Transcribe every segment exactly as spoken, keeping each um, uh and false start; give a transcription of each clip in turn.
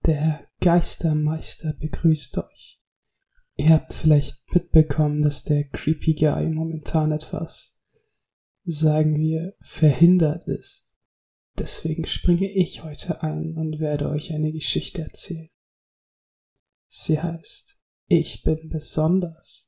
Der Geistermeister begrüßt euch. Ihr habt vielleicht mitbekommen, dass der Creepy Guy momentan etwas, sagen wir, verhindert ist. Deswegen springe ich heute ein und werde euch eine Geschichte erzählen. Sie heißt Ich bin besonders.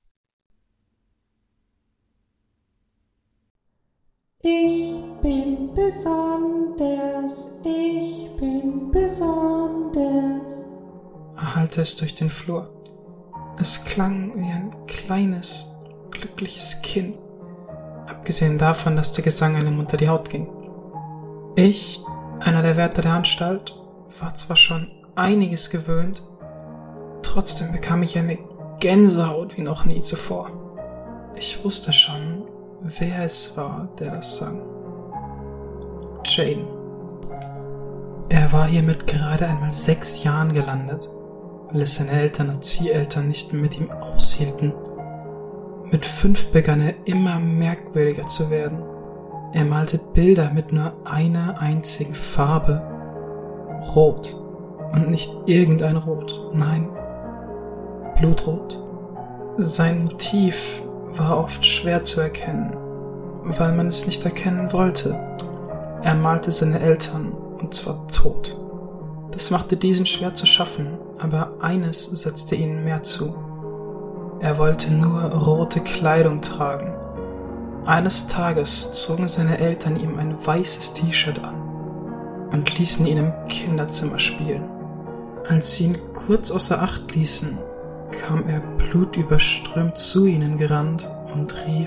Ich bin besonders, ich bin besonders, erhallte es durch den Flur. Es klang wie ein kleines, glückliches Kind, abgesehen davon, dass der Gesang einem unter die Haut ging. Ich, einer der Wärter der Anstalt, war zwar schon einiges gewöhnt, trotzdem bekam ich eine Gänsehaut wie noch nie zuvor. Ich wusste schon, wer es war, der das sang. Jaden. Er war hier mit gerade einmal sechs Jahren gelandet, weil es seine Eltern und Zieheltern nicht mehr mit ihm aushielten. Mit fünf begann er immer merkwürdiger zu werden. Er malte Bilder mit nur einer einzigen Farbe. Rot. Und nicht irgendein Rot, nein, Blutrot. Sein Motiv war oft schwer zu erkennen, weil man es nicht erkennen wollte. Er malte seine Eltern, und zwar tot. Das machte diesen schwer zu schaffen, aber eines setzte ihnen mehr zu. Er wollte nur rote Kleidung tragen. Eines Tages zogen seine Eltern ihm ein weißes T-Shirt an und ließen ihn im Kinderzimmer spielen. Als sie ihn kurz außer Acht ließen, kam er blutüberströmt zu ihnen gerannt und rief: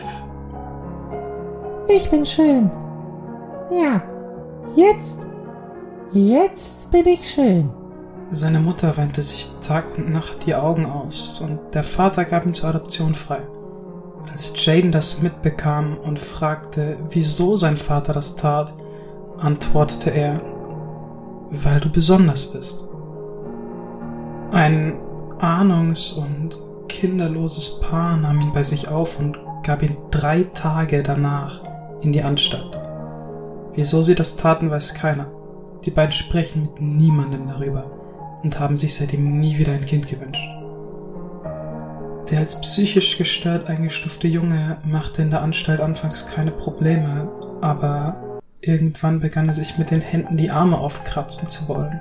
ich bin schön. Ja, jetzt, jetzt bin ich schön. Seine Mutter weinte sich Tag und Nacht die Augen aus und der Vater gab ihn zur Adoption frei. Als Jaden das mitbekam und fragte, wieso sein Vater das tat, antwortete er: weil du besonders bist. Ein ahnungs- und kinderloses Paar nahm ihn bei sich auf und gab ihn drei Tage danach in die Anstalt. Wieso sie das taten, weiß keiner. Die beiden sprechen mit niemandem darüber und haben sich seitdem nie wieder ein Kind gewünscht. Der als psychisch gestört eingestufte Junge machte in der Anstalt anfangs keine Probleme, aber irgendwann begann er sich mit den Händen die Arme aufkratzen zu wollen.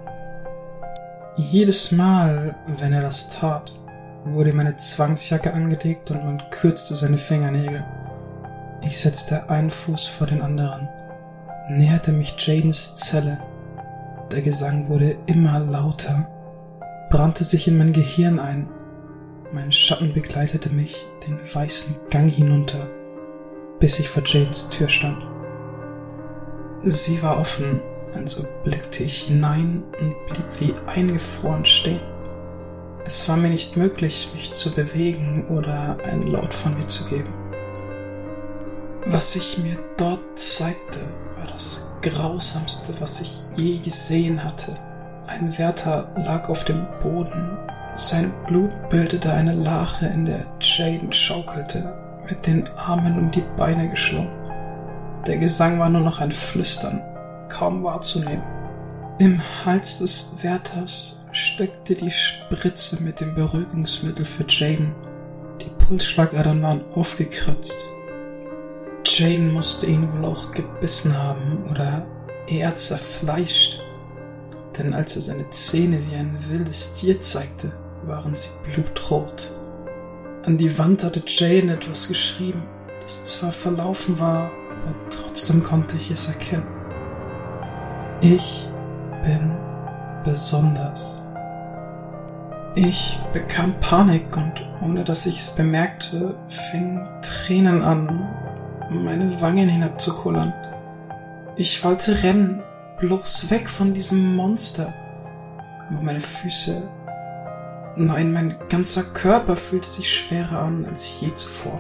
Jedes Mal, wenn er das tat, wurde ihm eine Zwangsjacke angelegt und man kürzte seine Fingernägel. Ich setzte einen Fuß vor den anderen, näherte mich Jadens Zelle. Der Gesang wurde immer lauter, brannte sich in mein Gehirn ein. Mein Schatten begleitete mich den weißen Gang hinunter, bis ich vor Jadens Tür stand. Sie war offen, also blickte ich hinein und blieb wie eingefroren stehen. Es war mir nicht möglich, mich zu bewegen oder einen Laut von mir zu geben. Was sich mir dort zeigte, war das Grausamste, was ich je gesehen hatte. Ein Wärter lag auf dem Boden. Sein Blut bildete eine Lache, in der Jaden schaukelte, mit den Armen um die Beine geschlungen. Der Gesang war nur noch ein Flüstern, kaum wahrzunehmen. Im Hals des Wärters steckte die Spritze mit dem Beruhigungsmittel für Jaden. Die Pulsschlagadern waren aufgekratzt. Jaden musste ihn wohl auch gebissen haben oder eher zerfleischt, denn als er seine Zähne wie ein wildes Tier zeigte, waren sie blutrot. An die Wand hatte Jaden etwas geschrieben, das zwar verlaufen war, aber trotzdem konnte ich es erkennen. Ich bin besonders. Ich bekam Panik und ohne dass ich es bemerkte, fingen Tränen an, meine Wangen hinabzukullern. Ich wollte rennen, bloß weg von diesem Monster. Aber meine Füße, nein, mein ganzer Körper fühlte sich schwerer an als je zuvor.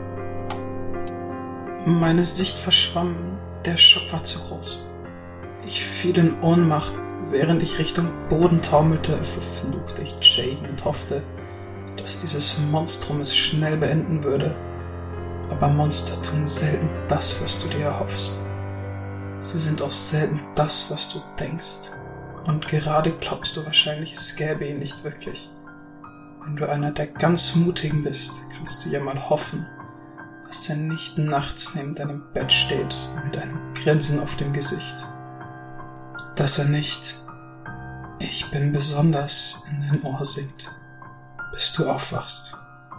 Meine Sicht verschwamm, der Schock war zu groß. Ich fiel in Ohnmacht, während ich Richtung Boden taumelte, verfluchte ich Jaden und hoffte, dass dieses Monstrum es schnell beenden würde. Aber Monster tun selten das, was du dir erhoffst. Sie sind auch selten das, was du denkst. Und gerade glaubst du wahrscheinlich, es gäbe ihn nicht wirklich. Wenn du einer der ganz Mutigen bist, kannst du ja mal hoffen, dass er nicht nachts neben deinem Bett steht mit einem Grinsen auf dem Gesicht. Dass er nicht „Ich bin besonders" in dein Ohr singt, bis du aufwachst.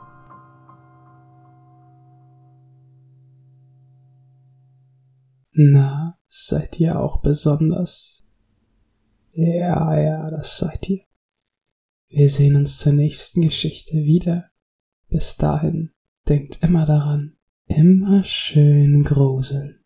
Na, seid ihr auch besonders? Ja, ja, das seid ihr. Wir sehen uns zur nächsten Geschichte wieder. Bis dahin, denkt immer daran, immer schön gruseln.